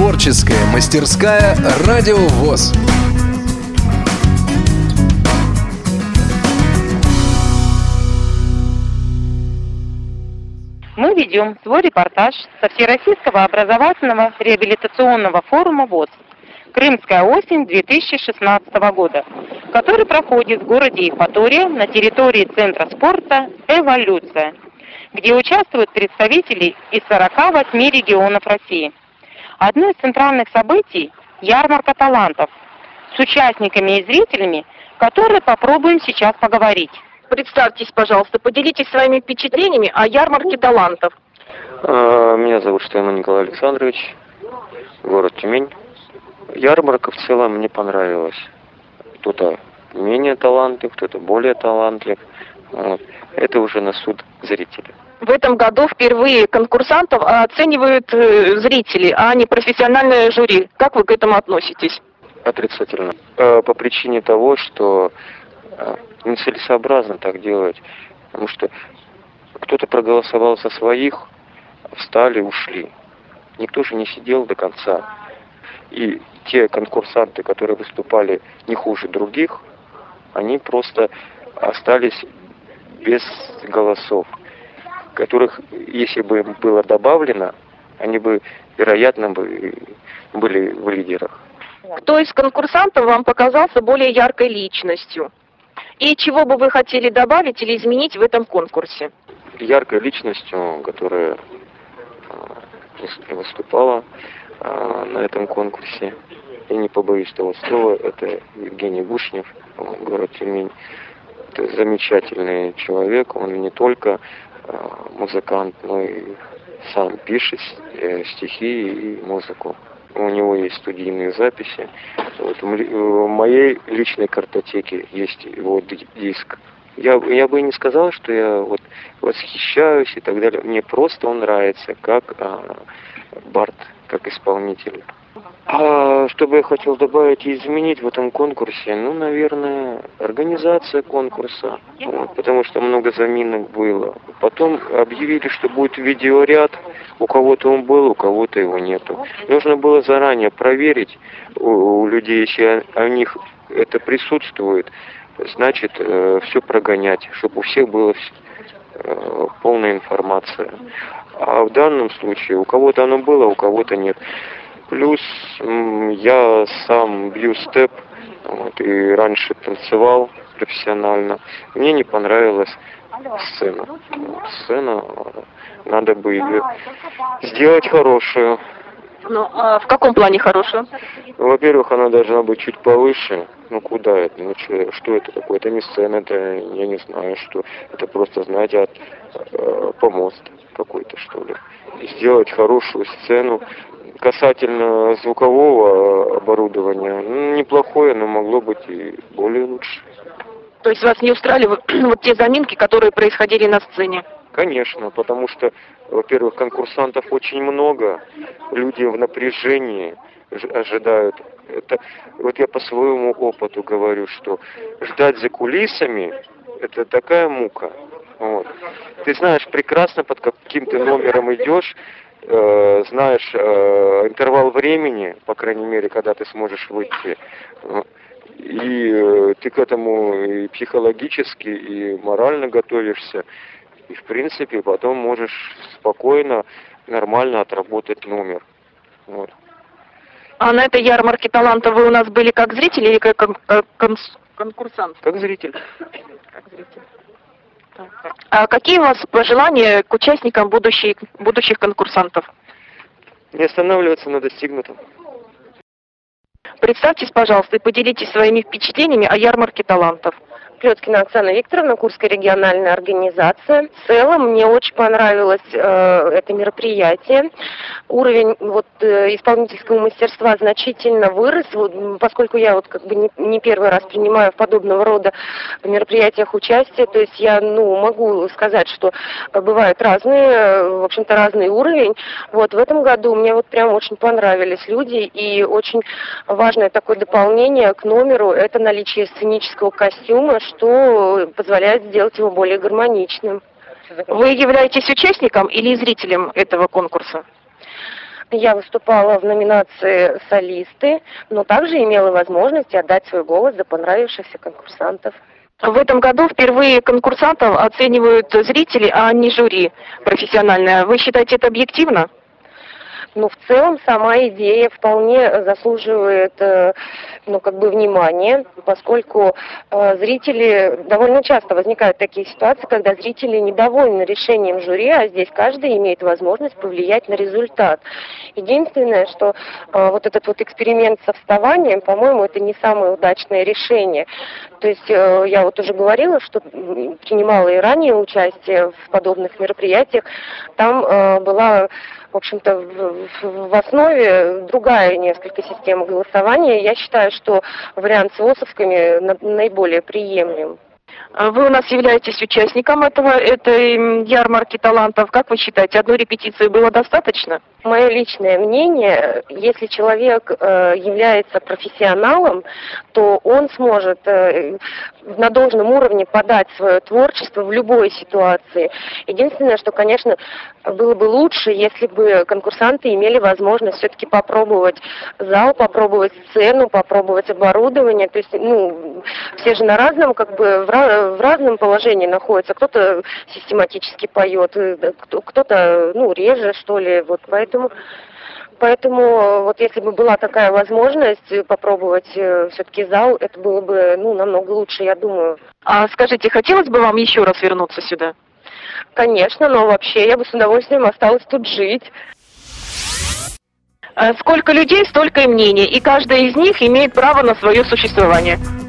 Творческая мастерская «Радио ВОС». Мы ведем свой репортаж со Всероссийского образовательного реабилитационного форума ВОС «Крымская осень 2016 года», который проходит в городе Евпатория на территории Центра спорта «Эволюция», где участвуют представители из 48 регионов России. Одно из центральных событий – ярмарка талантов с участниками и зрителями, которые попробуем сейчас поговорить. Представьтесь, пожалуйста, поделитесь своими впечатлениями о ярмарке талантов. Меня зовут Штейман Николай Александрович, город Тюмень. Ярмарка в целом мне понравилась. Кто-то менее талантлив, кто-то более талантлив. Вот. Это уже на суд зрителей. В этом году впервые конкурсантов оценивают зрители, а не профессиональное жюри. Как вы к этому относитесь? Отрицательно. По причине того, что нецелесообразно так делать, потому что кто-то проголосовал за своих, встали, ушли. Никто же не сидел до конца. И те конкурсанты, которые выступали не хуже других, они просто остались без голосов, которых, если бы им было добавлено, они бы, вероятно, были в лидерах. Кто из конкурсантов вам показался более яркой личностью? И чего бы вы хотели добавить или изменить в этом конкурсе? Яркой личностью, которая выступала на этом конкурсе, я не побоюсь того слова, это Евгений Гушнев, город Тюмень. Это замечательный человек, он не только музыкант, но и сам пишет стихи и музыку. У него есть студийные записи. Вот в моей личной картотеке есть его диск. Я бы не сказал, что я вот восхищаюсь и так далее. Мне просто он нравится как бард, как исполнитель. А что бы я хотел добавить и изменить в этом конкурсе? Ну, наверное, организация конкурса. Вот, потому что много заминок было. Потом объявили, что будет видеоряд. У кого-то он был, у кого-то его нету. Нужно было заранее проверить у людей, если у них это присутствует, значит, все прогонять, чтобы у всех была полная информация. А в данном случае у кого-то оно было, у кого-то нет. Плюс я сам бью степ, вот, и раньше танцевал профессионально. Мне не понравилась сцена. Сцена надо бы ее сделать хорошую. Ну, а в каком плане хорошую? Во-первых, она должна быть чуть повыше. Ну, куда это? Ну, что это такое? Это не сцена, это, я не знаю, что. Это просто, знаете, помост какой-то, что ли. И сделать хорошую сцену. Касательно звукового оборудования, ну, неплохое, но могло быть и более лучше. То есть вас не устраивали вот те заминки, которые происходили на сцене? Конечно, потому что, во-первых, конкурсантов очень много, люди в напряжении ожидают. Это, вот я по своему опыту говорю, что ждать за кулисами – это такая мука. Вот. Ты знаешь прекрасно, под каким ты номером идешь, знаешь интервал времени, по крайней мере, когда ты сможешь выйти. И ты к этому и психологически, и морально готовишься. И, в принципе, потом можешь спокойно, нормально отработать номер. Вот. А на этой ярмарке талантов вы у нас были как зрители или как конкурсант? Как зритель. Как зритель. А какие у вас пожелания к участникам будущих конкурсантов? Не останавливаться на достигнутом. Представьтесь, пожалуйста, и поделитесь своими впечатлениями о ярмарке талантов. Клёцкина Оксана Викторовна, Курская региональная организация. В целом мне очень понравилось это мероприятие. Уровень исполнительского мастерства значительно вырос, поскольку я не первый раз принимаю в подобного рода мероприятиях участие. То есть я могу сказать, что бывают разные, в общем-то, разный уровень. Вот в этом году мне прям очень понравились люди, и очень важное такое дополнение к номеру – это наличие сценического костюма, что позволяет сделать его более гармоничным. Вы являетесь участником или зрителем этого конкурса? Я выступала в номинации «Солисты», но также имела возможность отдать свой голос за понравившихся конкурсантов. В этом году впервые конкурсантов оценивают зрители, а не жюри профессиональное. Вы считаете это объективно? Ну, в целом, сама идея вполне заслуживает, внимания, поскольку зрители, довольно часто возникают такие ситуации, когда зрители недовольны решением жюри, а здесь каждый имеет возможность повлиять на результат. Единственное, что вот этот вот эксперимент со вставанием, по-моему, это не самое удачное решение. То есть я вот уже говорила, что принимала и ранее участие в подобных мероприятиях. Там была, в общем-то, в основе другая несколько система голосования. Я считаю, что вариант с ВОСовскими наиболее приемлем. Вы у нас являетесь участником этой ярмарки талантов. Как вы считаете, одной репетиции было достаточно? Мое личное мнение, если человек является профессионалом, то он сможет на должном уровне подать свое творчество в любой ситуации. Единственное, что, конечно, было бы лучше, если бы конкурсанты имели возможность все-таки попробовать зал, попробовать сцену, попробовать оборудование. То есть, все же на разном, в разном положении находятся. Кто-то систематически поет, кто-то, реже, что ли. Вот Поэтому вот если бы была такая возможность попробовать все-таки зал, это было бы намного лучше, я думаю. А скажите, хотелось бы вам еще раз вернуться сюда? Конечно, но вообще я бы с удовольствием осталась тут жить. Сколько людей, столько и мнений, и каждый из них имеет право на свое существование.